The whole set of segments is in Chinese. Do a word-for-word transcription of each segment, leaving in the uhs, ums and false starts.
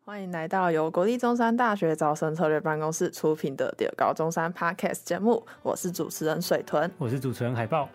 欢迎来到由国立中山大学招生策略办公室出品的第二高中山 Podcast 节目，我是主持人水豚， 我是主持人海豹。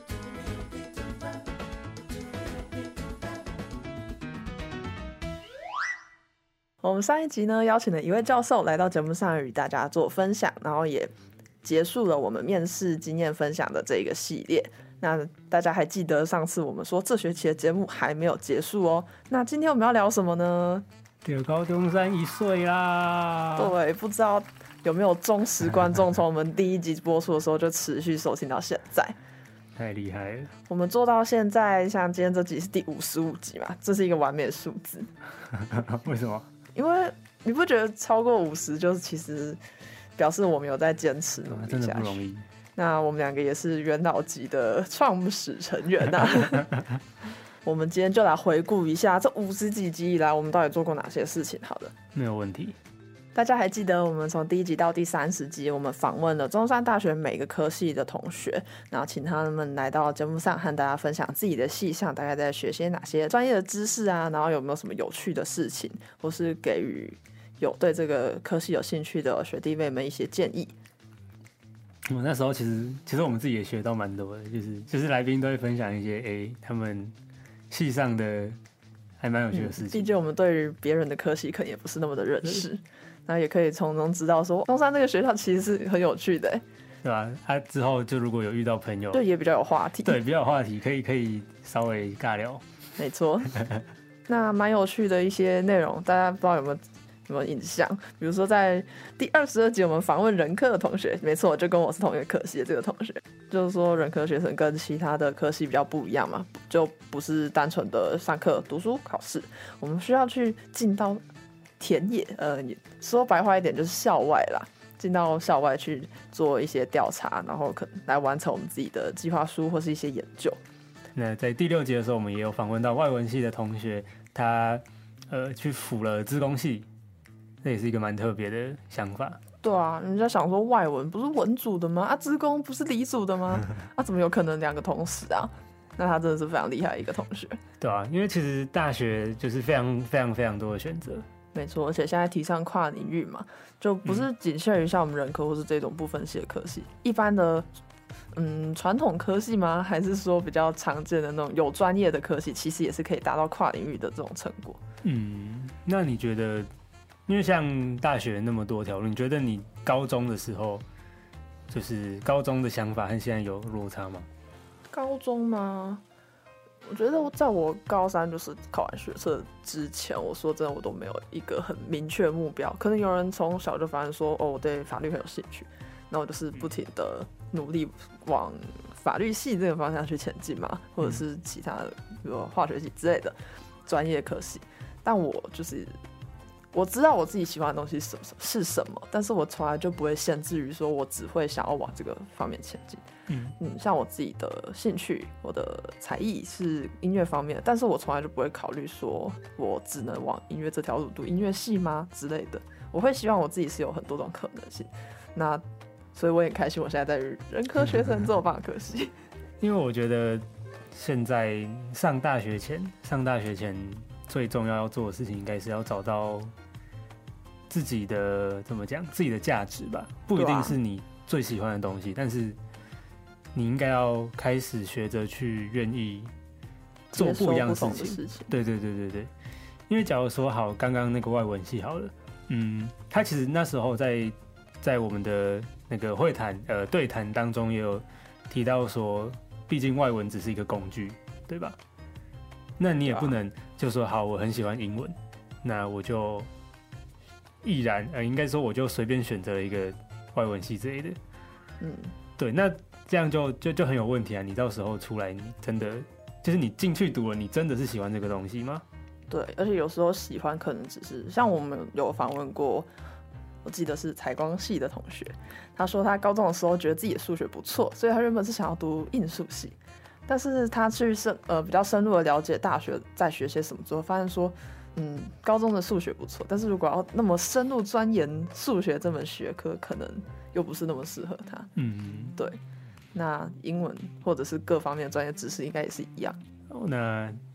我们上一集呢邀请了一位教授来到节目上与大家做分享，然后也结束了我们面试经验分享的这一个系列。那大家还记得上次我们说这学期的节目还没有结束哦，那今天我们要聊什么呢？ 第二高中山一岁啦！ 对，不知道有没有忠实观众从我们第一集播出的时候就持续收听到现在， 太厉害了！ 我们做到现在，像今天这集是第五十五集嘛，这是一个完美的数字。 为什么？ 因为你不觉得超过五十就是其实表示我们有在坚持努力下去， 真的不容易。 那我们两个也是元老级的创始成员啊。我们今天就来回顾一下这五十几集以来我们到底做过哪些事情好了。 没有问题。 大家还记得我们从第一集到第三十集我们访问了中山大学每个科系的同学，然后请他们来到节目上和大家分享自己的系上大概在学些哪些专业的知识啊，然后有没有什么有趣的事情，或是给予有对这个科系有兴趣的学弟妹们一些建议。 我那时候其实其实我们自己也学到蛮多的，就是就是来宾都会分享一些诶他们系上的还蛮有趣的事情。 毕、嗯、竟我们对于别人的科系可能也不是那么的认识，然后也可以从中知道说中山这个学校其实是很有趣的， 对吧？他、啊、之后就如果有遇到朋友， 对也比较有话题， 对比较有话题，可以可以稍微尬聊。 没错，那蛮有趣的一些内容，大家不知道有没有有没有印象？比如说在第二十二集我们访问人科的同学，没错，就跟我是同一个科系的这个同学，就是说人科学生跟其他的科系比较不一样嘛，就不是单纯的上课读书考试，我们需要去进到田野，呃，说白话一点就是校外啦，进到校外去做一些调查，然后可能来完成我们自己的计划书或是一些研究。 那在第六集的时候，我们也有访问到外文系的同学，他呃去辅了资工系。这也是一个蛮特别的想法。 对啊，人家想说外文不是文组的吗？啊，资工不是理组的吗？啊，怎么有可能两个同时啊？那他真的是非常厉害的一个同学。 对啊，因为其实大学就是非常非常非常多的选择。 没错，而且现在提倡跨领域嘛，就不是仅限于像我们人科或是这种不分系的科系，一般的嗯传统科系吗？还是说比较常见的那种有专业的科系，其实也是可以达到跨领域的这种成果。 嗯，那你觉得？因为像大学那么多条路，你觉得你高中的时候，就是高中的想法和现在有落差吗？ 高中吗？我觉得在我高三就是考完学测之前，我说真的我都没有一个很明确目标。可能有人从小就发现说，哦，我对法律很有兴趣，那我就是不停的努力往法律系这个方向去前进嘛，或者是其他的，比如化学系之类的专业科系。但我就是我知道我自己喜欢的东西是什么，是什么，但是我从来就不会限制于说我只会想要往这个方面前进。嗯嗯，像我自己的兴趣，我的才艺是音乐方面的，但是我从来就不会考虑说我只能往音乐这条路读音乐系吗之类的。我会希望我自己是有很多种可能性。那所以我也很开心，我现在在人科学生这么棒的科系。 因为我觉得现在上大学前，上大学前最重要要做的事情，应该是要找到自己的怎么讲，自己的价值吧。不一定是你最喜欢的东西，但是你应该要开始学着去愿意做不一样的事情。 事情对对对对对。因为假如说好，刚刚那个外文系好了，嗯，他其实那时候在在我们的那个会谈呃对谈当中也有提到说，毕竟外文只是一个工具，对吧？那你也不能就说好，我很喜欢英文，那我就毅然呃，应该说我就随便选择了一个外文系之类的。嗯，对，那这样就就就很有问题啊！你到时候出来，你真的就是你进去读了，你真的是喜欢这个东西吗？ 对，而且有时候喜欢可能只是像我们有访问过，我记得是采光系的同学，他说他高中的时候觉得自己的数学不错，所以他原本是想要读应数系。但是他去深呃比较深入的了解大学在学些什么之后，发现说，嗯，高中的数学不错，但是如果要那么深入钻研数学这门学科，可能又不是那么适合他。嗯，对。那英文或者是各方面的专业知识应该也是一样。 哦，那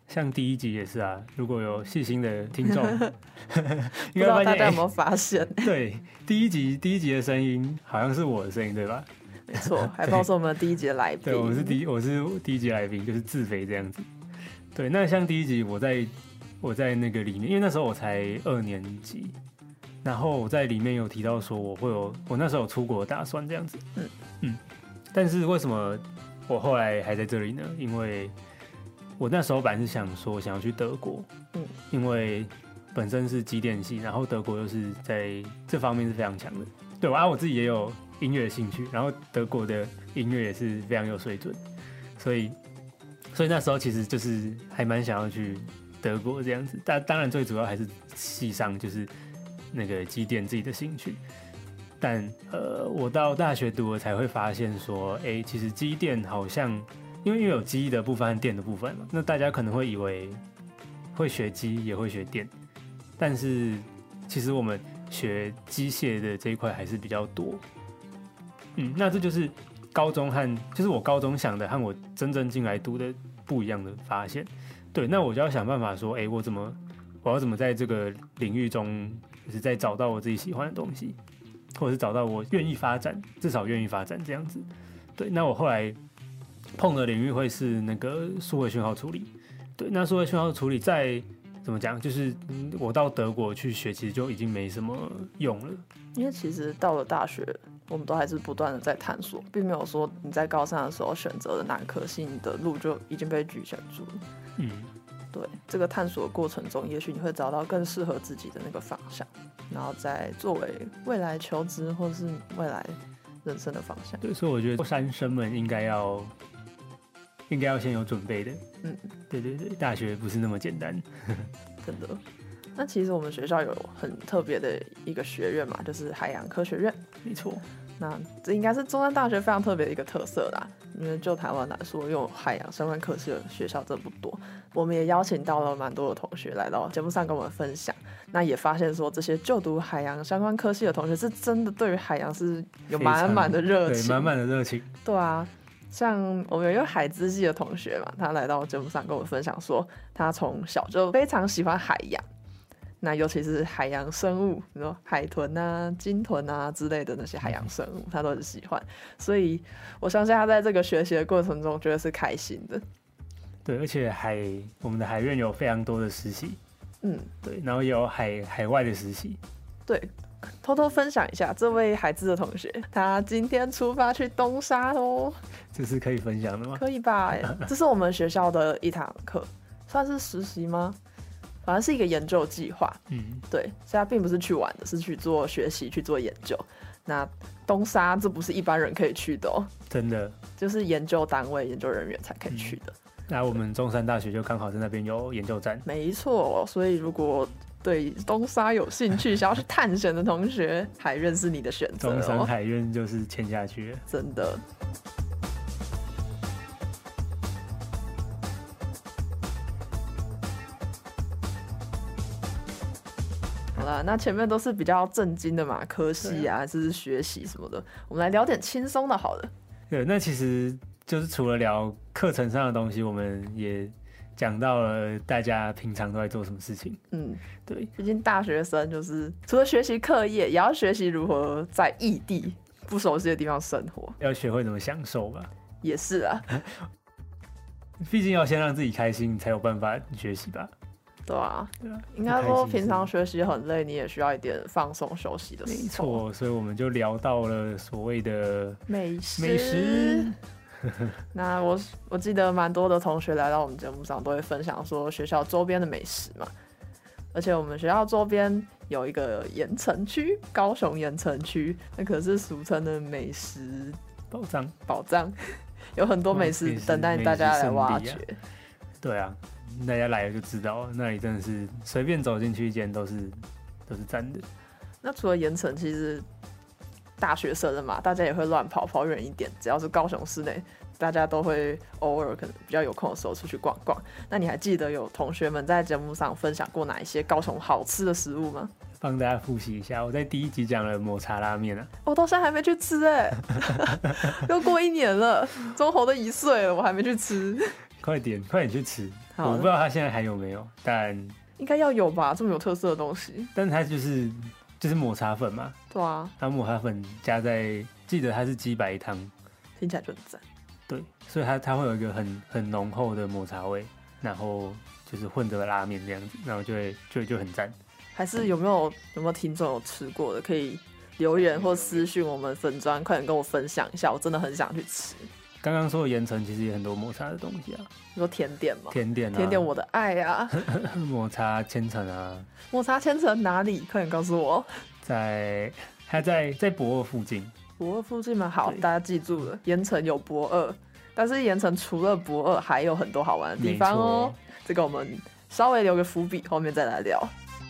像第一集也是啊，如果有细心的听众， 不知道大家有没有发现？ 欸、对，第一集第一集的声音好像是我的声音，对吧？ 没错，还包括我们第一集的来宾。 对，我是第一我是第一集来宾，就是自肥这样子。对，那像第一集我在我在那个里面，因为那时候我才二年级，然后我在里面有提到说我会有我那时候有出国的打算这样子。嗯嗯，但是为什么我后来还在这里呢？因为我那时候本来是想说想要去德国，嗯，因为本身是机电系，然后德国又是在这方面是非常强的。对，啊，我自己也有音乐兴趣，然后德国的音乐也是非常有水准，所以所以那时候其实就是还蛮想要去德国这样子。但当然最主要还是系上就是那个机电自己的兴趣。但呃，我到大学读了才会发现说，哎、欸，其实机电好像。因为因为有机的部分和电的部分嘛，那大家可能会以为会学机也会学电，但是其实我们学机械的这一块还是比较多。嗯，那这就是高中和就是我高中想的和我真正进来读的不一样的发现。对，那我就要想办法说，哎、欸，我怎么我要怎么在这个领域中，就是在找到我自己喜欢的东西，或者是找到我愿意发展，至少愿意发展这样子。对，那我后来。碰的领域会是那个数位讯号处理，对，那数位讯号处理在怎么讲？就是我到德国去学，其实就已经没什么用了。 因为其实到了大学，我们都还是不断的在探索，并没有说你在高三的时候选择的哪科系，你的路就已经被局限住了。嗯，对，这个探索的过程中，也许你会找到更适合自己的那个方向，然后再作为未来求职或是未来人生的方向。 对，所以我觉得三生们应该要。应该要先有准备的，嗯，对对对，大学不是那么简单， 真的。那其实我们学校有很特别的一个学院嘛，就是海洋科学院， 没错。 那这应该是中山大学非常特别的一个特色啦，因为就台湾来说，用海洋相关科系的学校真的不多。我们也邀请到了蛮多的同学来到节目上跟我们分享，那也发现说这些就读海洋相关科系的同学是真的对于海洋是有满满的热情， 对，满满的热情， 对啊。像我们有一个海资系的同学嘛，他来到节目上跟我分享说，他从小就非常喜欢海洋，那尤其是海洋生物，比如说海豚啊、鲸豚啊之类的那些海洋生物，他都很喜欢。所以我相信他在这个学习的过程中，觉得是开心的。 对，而且海我们的海院有非常多的实习，嗯，对，然后也有海海外的实习， 对。偷偷分享一下，这位海资的同学，他今天出发去东沙喽。 这是可以分享的吗？ 可以吧？这是我们学校的一堂课，算是实习吗？反正是一个研究计划。嗯，对，所以他并不是去玩的，是去做学习、去做研究。那东沙这不是一般人可以去的哦， 真的， 就是研究单位、研究人员才可以去的。嗯、 那我们中山大学就刚好在那边有研究站。 没错，所以如果对东沙有兴趣，想要去探险的同学，海院是你的选择哦。 中山海院就是签下去了， 真的。好了，那前面都是比较正经的嘛，科系啊，还是学习什么的，我们来聊点轻松的好了。 对，那其实就是除了聊课程上的东西，我们也讲到了大家平常都在做什么事情。嗯，对， 毕竟大学生就是除了学习课业，也要学习如何在异地不熟悉的地方生活， 要学会怎么享受吧。 也是啊， 毕竟要先让自己开心，才有办法学习吧。 对啊，对啊，应该说平常学习很累，你也需要一点放松休息的时候。 没错，所以我们就聊到了所谓的美食。 美食那我我记得蛮多的同学来到我们节目上都会分享说学校周边的美食嘛，而且我们学校周边有一个盐埕区，高雄盐埕区，那可是俗称的美食宝藏， 宝藏，有很多美食等待大家来挖掘。 啊对啊，大家来了就知道，那里真的是随便走进去一间都是都是赞的。 那除了盐埕，其实大学生了嘛，大家也会乱跑，跑远一点。只要是高雄市内，大家都会偶尔可能比较有空的时候出去逛逛。那你还记得有同学们在节目上分享过哪一些高雄好吃的食物吗？ 帮大家复习一下，我在第一集讲了抹茶拉面啊， 我到现在还没去吃哎、欸，又过一年了，中猴都一岁了，我还没去吃。 快点快点去吃。 好， 我不知道它现在还有没有，但应该要有吧，这么有特色的东西。 但它就是就是抹茶粉嘛， 对啊， 然后抹茶粉加在，记得它是鸡白汤， 听起来就很赞。 对，所以它它会有一个很很浓厚的抹茶味，然后就是混着拉面这样子，然后就会就就很赞。 还是有没有有没有听众有吃过的，可以留言或私讯我们粉专，快点跟我分享一下，我真的很想去吃。 刚刚说的盐城其实也很多抹茶的东西啊， 你说甜点吗？ 甜点啊， 甜点我的爱啊！ 抹茶千层啊， 抹茶千层哪里？快点告诉我。 在它在在博二附近。 博二附近吗？好，大家记住了，盐城有博二，但是盐城除了博二，还有很多好玩的地方哦。这个我们稍微留个伏笔，后面再来聊。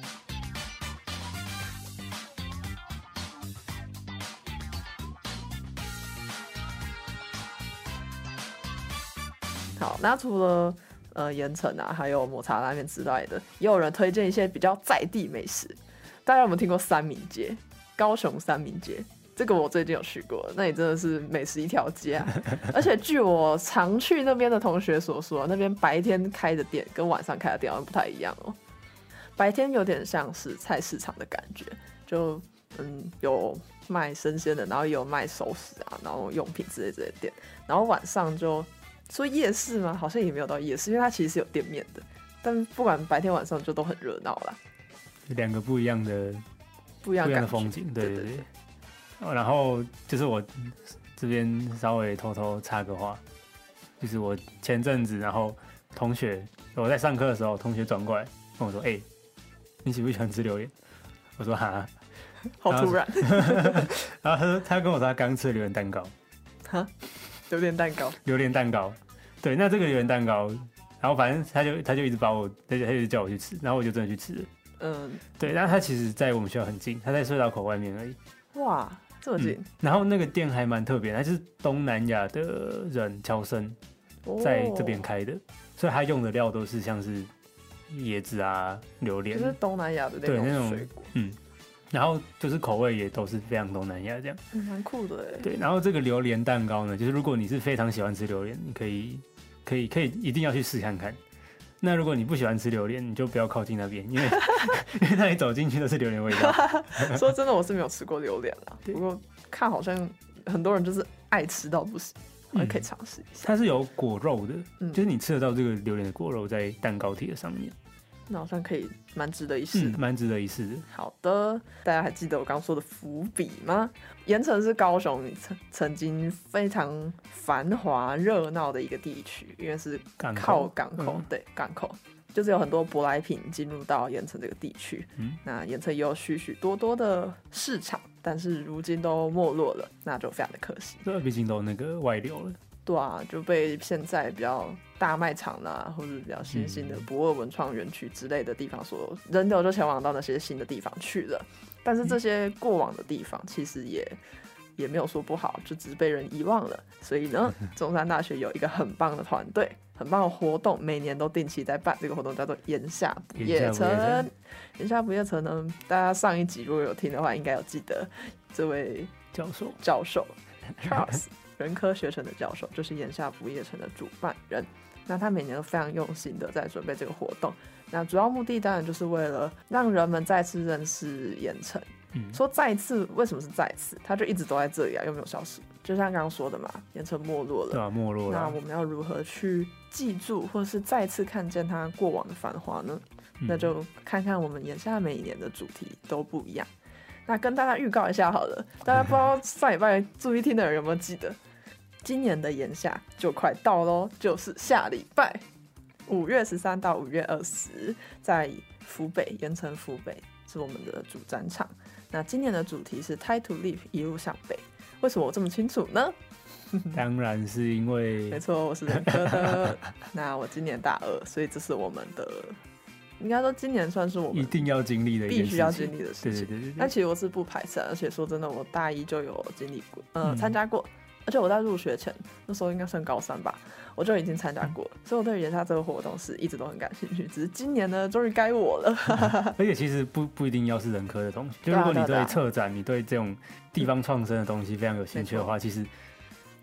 好，那除了呃盐城啊，还有抹茶拉面之外的，也有人推荐一些比较在地美食。大家有没有听过三民街？高雄三民街？这个我最近有去过，那里真的是美食一条街啊！而且据我常去那边的同学所说，那边白天开的店跟晚上开的店好像不太一样哦。白天有点像是菜市场的感觉，就嗯有卖生鲜的，然后也有卖熟食啊，然后用品之类之类的店。然后晚上就说夜市吗？好像也没有到夜市，因为它其实是有店面的。但不管白天晚上就都很热闹啦， 两个不一样的不一样的风景，对对 对, 对, 对。然后就是我这边稍微偷偷插个话，就是我前阵子，然后同学我在上课的时候，同学转过来跟我说：“哎、欸，你喜不喜欢吃榴莲？”我说：“哈。” 好突然。 然后他说他跟我说他刚吃榴莲蛋糕。 哈，榴莲蛋糕。 榴莲蛋糕，对，那这个榴莲蛋糕，然后反正他就他就一直把我，他就他就一直叫我去吃，然后我就真的去吃了。嗯，对，但他其实在我们学校很近，他在隧道口外面而已。 哇，这么近、嗯！ 然后那个店还蛮特别，他就是东南亚的人侨生在这边开的，哦、所以他用的料都是像是椰子啊、榴莲， 就是东南亚的那种水果。 嗯，然后就是口味也都是非常东南亚这样， 蛮、嗯、酷的哎。 对，然后这个榴莲蛋糕呢，就是如果你是非常喜欢吃榴莲，你可以可以可以一定要去试看看。那如果你不喜欢吃榴莲，你就不要靠近那边，因为因为那里走进去都是榴莲味道。 说真的，我是没有吃过榴莲啦，不过看好像很多人就是爱吃到不行，我也可以尝试一下、嗯。 它是有果肉的、嗯，就是你吃得到这个榴莲的果肉在蛋糕体的上面。 那好像可以蛮值得一试的， 蛮、嗯、值得一试的。 好的，大家还记得我刚说的伏笔吗？盐城是高雄曾曾经非常繁华热闹的一个地区，因为是靠港口，港口嗯、对，港口就是有很多舶来品进入到盐城这个地区。嗯，那盐城也有许许多多的市场，但是如今都没落了，那就非常的可惜。 对，毕竟都那个外流了。 对啊，就被现在比较大卖场啦，或者比较新兴的博二文创园区之类的地方所有，人流就前往到那些新的地方去了。但是这些过往的地方其实也也没有说不好，就只是被人遗忘了。所以呢，中山大学有一个很棒的团队，很棒的活动，每年都定期在办这个活动，叫做盐夏不夜城。盐夏不夜城呢，大家上一集如果有听的话，应该有记得这位教授教授 Charles。人科学程的教授就是盐夏不夜城的主办人，那他每年都非常用心的在准备这个活动，那主要目的当然就是为了让人们再次认识盐城、嗯、说再次为什么是再次，他就一直都在这里啊，又没有消失，就像刚刚说的嘛，盐城没落了， 对啊，没落了， 那我们要如何去记住或是再次看见他过往的繁华呢、嗯、那就看看我们盐夏每一年的主题都不一样。那跟大家预告一下好了，大家不知道上礼拜注意听的人有没有记得，今年的盐夏就快到咯，就是下礼拜五月十三到五月二十，在府北盐城府北是我们的主展场。那今年的主题是 Tie to Live 一路向北。为什么我这么清楚呢？ 当然是因为没错，我是人科的。那我今年大二，所以这是我们的。应该说今年算是我们一定要经历的一件事情， 必须要经历的事情。 对对对对。 但其实我是不排斥，而且说真的，我大一就有经历过，呃，参、嗯、加过。而且我在入学前，那时候应该算高三吧，我就已经参加过了，所以我对盐夏这个活动是一直都很感兴趣。只是今年呢，终于该我了。 而且其实不不一定要是人科的东西，就如果你对策展、你对这种地方创生的东西非常有兴趣的话，其实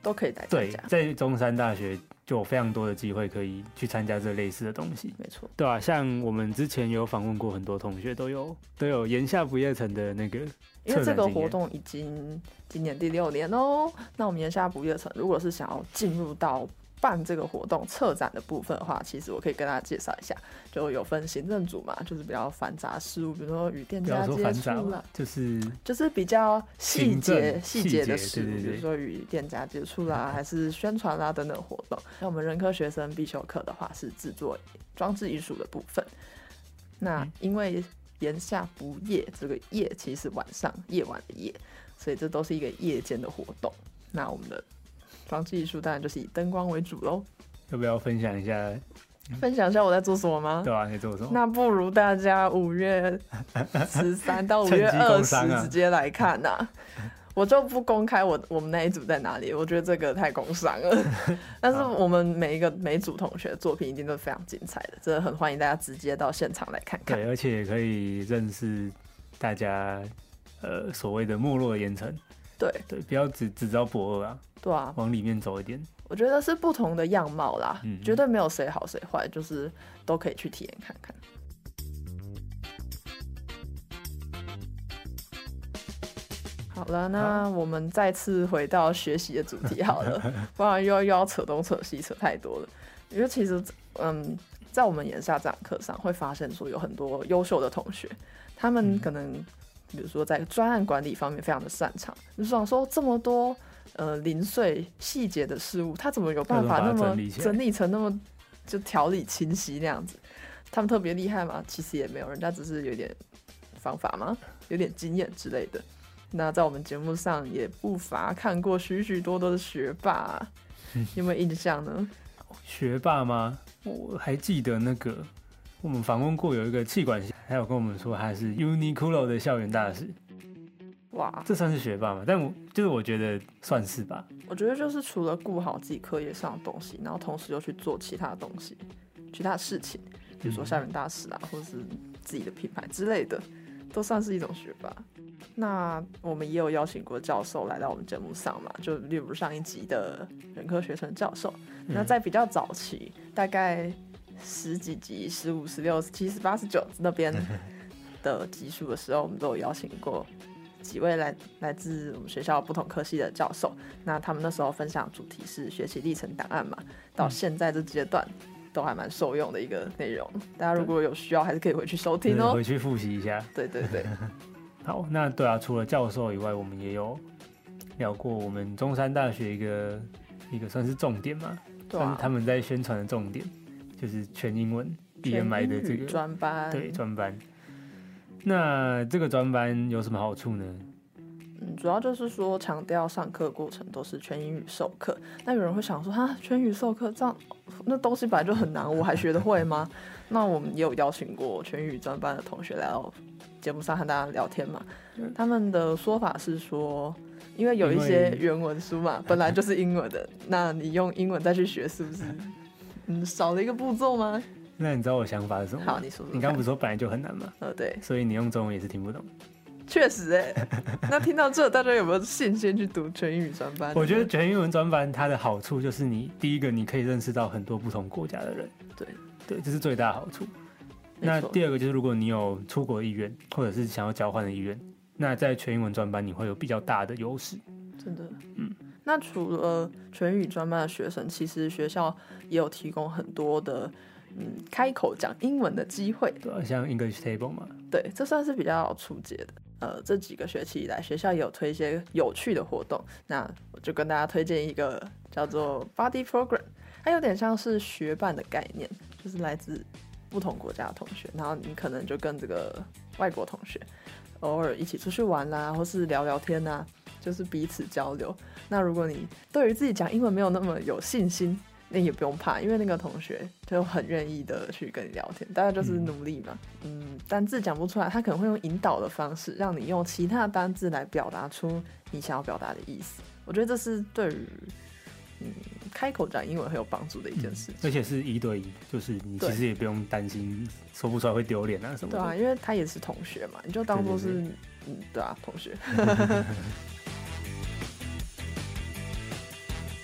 都可以来参对， 加。 在中山大学就有非常多的机会可以去参加这类似的东西。 没错， 对啊，像我们之前有访问过很多同学，都有都有言下不夜城的那个因为这个策展经验活动已经今年第六年哦。那我们言下不夜城，如果是想要进入到办这个活动策展的部分的话，其实我可以跟大家介绍一下，就有分行政组嘛，就是比较繁杂事务，比如说与店家接触啦， 就是就是比较细节细节的事务， 对对对， 比如说与店家接触啦，还是宣传啦等等活动。那我们人科学生必修课的话是制作装置艺术的部分。那因为言下不夜，这个夜其实是晚上夜晚的夜，所以这都是一个夜间的活动。那我们的装置艺术当然就是以灯光为主喽。 要不要分享一下？ 分享一下我在做什么吗？ 对啊，你在做什么？ 那不如大家五月十三到五月二十直接来看呐、啊。我就不公开我我们那一组在哪里，我觉得这个太工商了。但是我们每一个每一组同学的作品一定都是非常精彩的，真的很欢迎大家直接到现场来看看。 对，而且也可以认识大家呃所谓的没落的盐城。 对对，不要只只知道博二啊。 对啊， 往里面走一点。 我觉得是不同的样貌啦， 嗯、 绝对没有谁好谁坏，就是都可以去体验看看。好了，那我们再次回到学习的主题好了，不然又要又要扯东扯西，扯太多了。因为其实，嗯，在我们眼下这堂课上会发现说，有很多优秀的同学，他们可能，比如说在专案管理方面非常的擅长，就想说这么多呃零碎细节的事物，他怎么有办法那么整理成那么就条理清晰那样子？他们特别厉害吗？其实也没有，人家只是有点方法吗？有点经验之类的。那在我们节目上也不乏看过许许多多的学霸，有没有印象呢？ 学霸吗？我还记得那个我们访问过有一个企管系，还有跟我们说他是 Uniqlo 的校园大使。 哇， 这算是学霸吗？但我就是我觉得算是吧。 我觉得就是除了顾好自己课业上的东西，然后同时又去做其他的东西、其他的事情，比如说校园大使啊，或者是自己的品牌之类的，都算是一种学霸。那我们也有邀请过教授来到我们节目上嘛，就例如上一集的人科学程教授。嗯、那在比较早期，大概十几集、十五、十六、十七、十八、十九那边的集数的时候，我们都有邀请过几位来来自我们学校不同科系的教授。那他们那时候分享的主题是学习历程档案嘛，到现在这阶段都还蛮受用的一个内容。大家如果有需要，还是可以回去收听哦， 回去复习一下。 对对对。 好，那对啊，除了教授以外，我们也有聊过我们中山大学一个一个算是重点嘛， 对啊， 算是他们在宣传的重点，就是全英文 B M I 的这个专班， 对专班。那这个专班有什么好处呢？ 嗯，主要就是说强调上课过程都是全英语授课。那有人会想说，哈，全英语授课这样，那东西本来就很难，我还学得会吗？那我们也有邀请过全英语专班的同学来到节目上和大家聊天嘛。他们的说法是说，因为有一些原文书嘛，本来就是英文的，那你用英文再去学，是不是嗯少了一个步骤吗？ 那你知道我想法是什么？ 好，你说说。 你刚不是说本来就很难吗？ 呃，对。 所以你用中文也是听不懂。 确实哎、欸，那听到这，大家有没有信心去读全英语专班？ 我觉得全英文专班它的好处就是你第一个你可以认识到很多不同国家的人， 对对，这是最大的好处。那第二个就是如果你有出国意愿或者是想要交换的意愿，那在全英文专班你会有比较大的优势。 真的，嗯。那除了全英语专班的学生，其实学校也有提供很多的嗯开口讲英文的机会， 对、啊，像 English Table 嘛， 对，这算是比较初阶的。呃，这几个学期以来，学校也有推一些有趣的活动。那我就跟大家推荐一个叫做 Buddy Program， 它有点像是学伴的概念，就是来自不同国家的同学，然后你可能就跟这个外国同学偶尔一起出去玩啦，或是聊聊天啊，就是彼此交流。那如果你对于自己讲英文没有那么有信心，那也不用怕，因为那个同学就很愿意的去跟你聊天，大家就是努力嘛。嗯，嗯单字讲不出来，他可能会用引导的方式，让你用其他单字来表达出你想要表达的意思。我觉得这是对于嗯开口讲英文很有帮助的一件事情、嗯， 而且是一对一，就是你其实也不用担心说不出来会丢脸啊什么的。 对啊，因为他也是同学嘛，你就当作是对对对嗯，对啊，同学。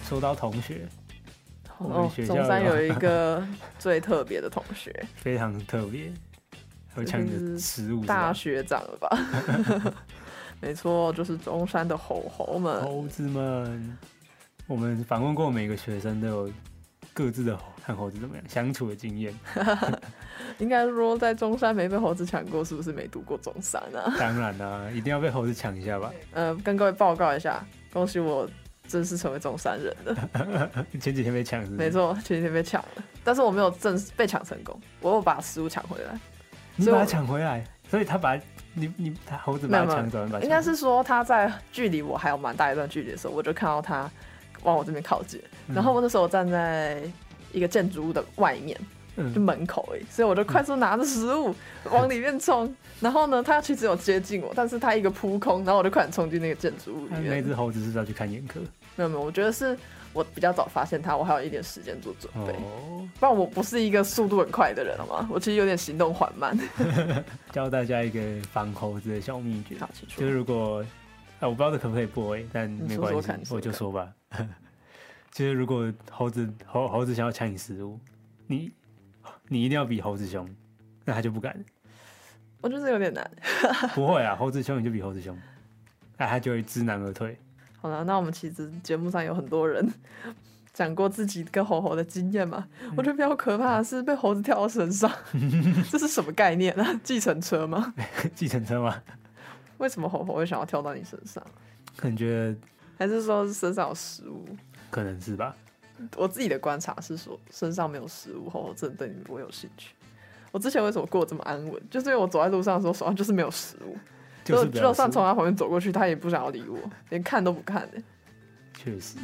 说到同学，我们哦， 学校中山有一个最特别的同学， 非常特别，会抢你的食物， 大学长了吧？没错，就是中山的猴猴们， 猴子们。我们访问过每个学生，都有各自的和猴子怎么样相处的经验。 应该说在中山没被猴子抢过，是不是没读过中山啊？ 当然啦、啊，一定要被猴子抢一下吧。 呃，跟各位报告一下，恭喜我正式成为中山人了。 前几天被抢是不是？ 没错，前几天被抢了，但是我没有正式被抢成功，我有把食物抢回来。 你把它抢回来，所以他把你你他猴子把它抢走， 应该是说他在距离我还有蛮大一段距离的时候，我就看到他往我这边靠近，然后我那时候站在一个建筑物的外面，嗯、就门口而已，所以我就快速拿着食物往里面冲。然后呢，他其实有接近我，但是他一个扑空，然后我就快点冲进那个建筑物里面。 那只猴子是不是要去看眼科？ 没有没有，我觉得是我比较早发现他，我还有一点时间做准备。 哦， 不然我不是一个速度很快的人，好吗？我其实有点行动缓慢。 教大家一个防猴子的小秘诀， 好， 就是如果啊，我不知道这可不可以播诶，但没关系，我就说吧。就是如果猴子猴猴子想要抢你食物，你你一定要比猴子凶，那他就不敢。 我觉得有点难。 不会啊，猴子凶你就比猴子凶，那他就会知难而退。 好了，那我们其实节目上有很多人讲过自己跟猴猴的经验嘛，嗯、我觉得比较可怕的是被猴子跳到身上，这是什么概念啊？计程车吗？ 计程车吗？ 为什么猴猴会想要跳到你身上？ 可能觉得， 还是说身上有食物？ 可能是吧。 我自己的观察是说，身上没有食物，猴猴真的对你不会有兴趣。我之前为什么过得这么安稳，就是因为我走在路上的时候手上就是没有食物，就就算从他旁边走过去，他也不想要理我，连看都不看的、欸。 确实。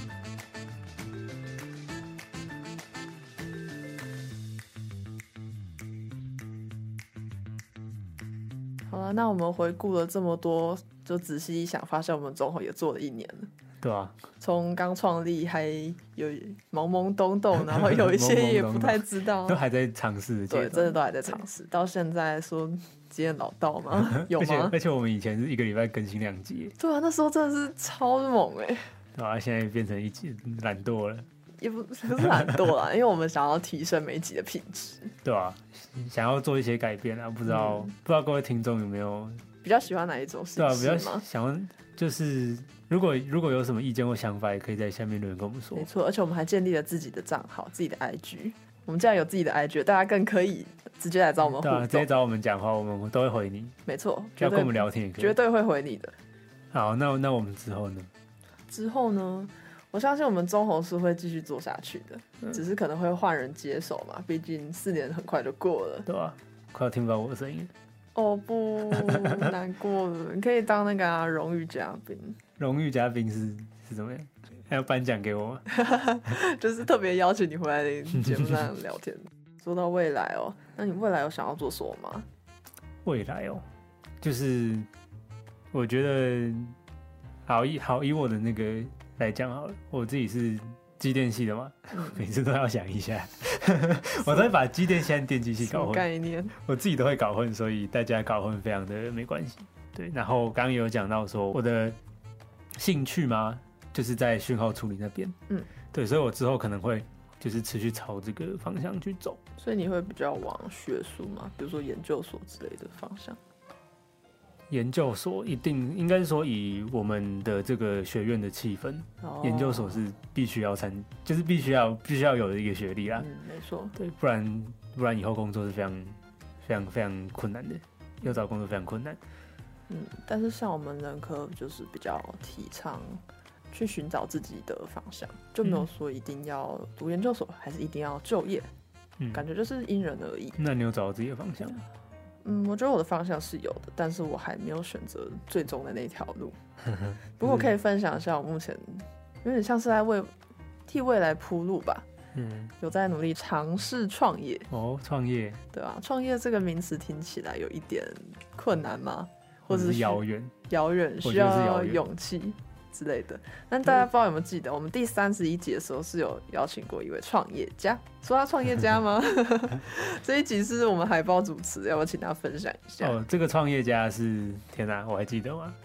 好了，那我们回顾了这么多，就仔细一想，发现我们中猴也做了一年了。 对啊， 从刚创立还有懵懵懂懂，然后有一些也不太知道， 都还在尝试。 对，真的都还在尝试。到现在说经验老道吗？有吗？ 而且而且我们以前是一个礼拜更新两集。 对啊，那时候真的是超猛哎、欸。 对啊，现在变成一集懒惰了。 也不不是懒惰啦，因为我们想要提升每一集的品质。 对啊，想要做一些改变啊，不知道、嗯、不知道各位听众有没有比较喜欢哪一种形式吗？ 对啊，比较想要就是如果如果有什么意见或想法，也可以在下面留言跟我们说。 没错，而且我们还建立了自己的账号，自己的 I G。我们既然有自己的 I G， 大家更可以直接来找我们互动， 对啊，直接找我们讲话，我们都会回你。 没错， 要跟我们聊天也可以， 绝对会回你的。 好，那那我们之后呢？ 之后呢？我相信我们中猴是会继续做下去的、嗯，只是可能会换人接手嘛，毕竟四年很快就过了。 对啊，快要听不到我的声音。 哦不，难过了。你可以当那个啊荣誉嘉宾。 荣誉嘉宾是是怎么样？还要颁奖给我吗？ 就是特别邀请你回来节目上聊天。说到未来哦，那你未来有想要做什么吗？ 未来哦，就是我觉得好以好以我的那个来讲好了，我自己是机电系的嘛，嗯、每次都要想一下，我都会把机电系和电机系搞混， 概念我自己都会搞混，所以大家搞混非常的没关系。对，然后刚刚有讲到说我的兴趣嘛，就是在讯号处理那边，嗯，对，所以我之后可能会就是持续朝这个方向去走。 所以你会比较往学术嘛，比如说研究所之类的方向？ 研究所一定应该是说以我们的这个学院的气氛，哦、研究所是必须要参，就是必须要必须要有的一个学历啦。 嗯，没错。 对，不然不然以后工作是非常非常非常困难的，要找工作非常困难。 嗯，但是像我们人科就是比较提倡去寻找自己的方向，就没有说一定要读研究所，还是一定要就业。嗯，感觉就是因人而异。 那你有找到自己的方向吗？ 嗯，我觉得我的方向是有的，但是我还没有选择最终的那条路。不过我可以分享一下，我目前有点像是在为替未来铺路吧。嗯，有在努力尝试创业。 哦，创业， 对啊，创业这个名词听起来有一点困难吗？或者是遥远？ 遥远，需要勇气之类的。但大家不知道有没有记得，我们第三十一集的时候是有邀请过一位创业家，说他创业家吗？这一集是我们海报主持，要不要请他分享一下？ 哦，这个创业家是天哪，我还记得吗？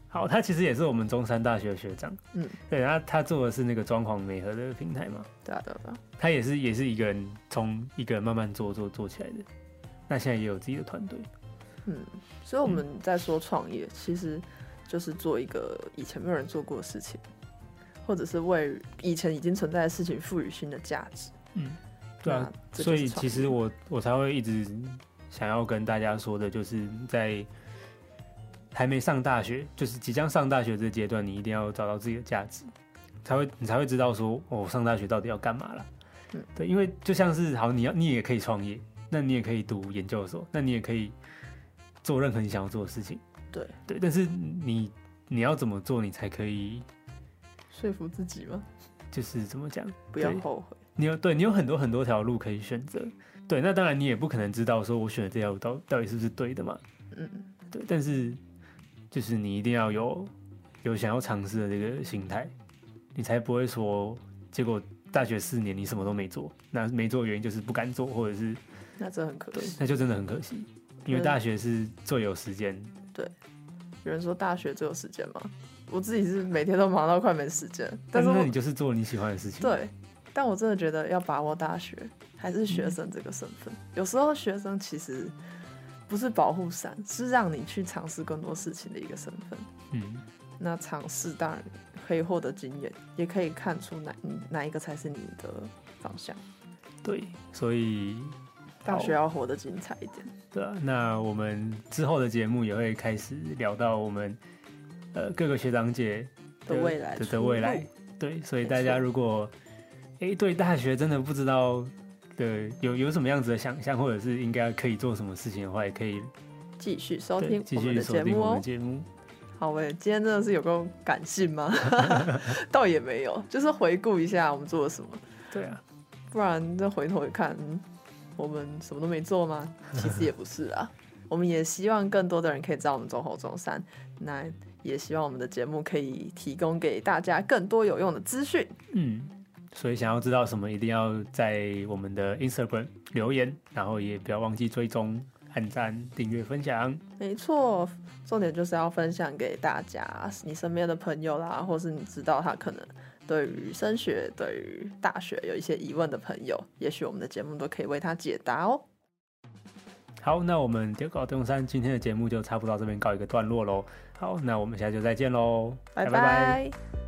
好，他其实也是我们中山大学的学长， 嗯， 对，他他做的是那个装潢媒合的平台嘛， 对啊对啊对啊， 他也是也是一个人从一个人慢慢做做做起来的，那现在也有自己的团队， 嗯，所以我们在说创业，其实就是做一个以前没有人做过的事情，或者是为以前已经存在的事情赋予新的价值。 嗯，对啊， 所所以其实我我才会一直想要跟大家说的，就是在还没上大学，就是即将上大学这阶段，你一定要找到自己的价值，才会你才会知道说，哦，上大学到底要干嘛啦。嗯，对，因为就像是好，你要你也可以创业，那你也可以读研究所，那你也可以做任何你想要做的事情。 对对，但是你你要怎么做，你才可以说服自己吗？ 就是怎么讲， 不要后悔。 你有对你有很多很多条路可以选择，对，那当然你也不可能知道说我选的这条路到到底是不是对的嘛。嗯，对，但是就是你一定要有有想要尝试的这个心态，你才不会说结果大学四年你什么都没做，那没做的原因就是不敢做，或者是那真的很可惜， 那就真的很可惜，因为大学是最有时间。 对，有人说大学最有时间吗？我自己是每天都忙到快没时间，但是那你就是做你喜欢的事情。 对，但我真的觉得要把握大学还是学生这个身份，嗯、有时候学生其实不是保护伞，是让你去尝试更多事情的一个身份。嗯，那尝试当然可以获得经验，也可以看出哪哪一个才是你的方向。 对，所以大学要活得精彩一点。 对啊，那我们之后的节目也会开始聊到我们呃各个学长姐的, 的未来的, 的未来。对，所以大家如果哎对大学真的不知道的有有什么样子的想象，或者是应该可以做什么事情的话，也可以继续收听继我们的节目哦。 节目好诶，今天真的是有够感性吗？倒也没有，就是回顾一下我们做了什么。 对啊， 不然再回头一看，嗯，我们什么都没做吗？其实也不是啊。我们也希望更多的人可以知道我们中猴中山，那也希望我们的节目可以提供给大家更多有用的资讯。 嗯，所以想要知道什么，一定要在我们的 Instagram 留言，然后也不要忘记追踪、按赞、订阅、分享。 没错，重点就是要分享给大家，你身边的朋友啦，或是你知道他可能对于升学、对于大学有一些疑问的朋友，也许我们的节目都可以为他解答哦。 好，那我们中猴中山今天的节目就差不多到这边告一个段落咯。好，那我们下次就再见咯， 拜拜。拜拜。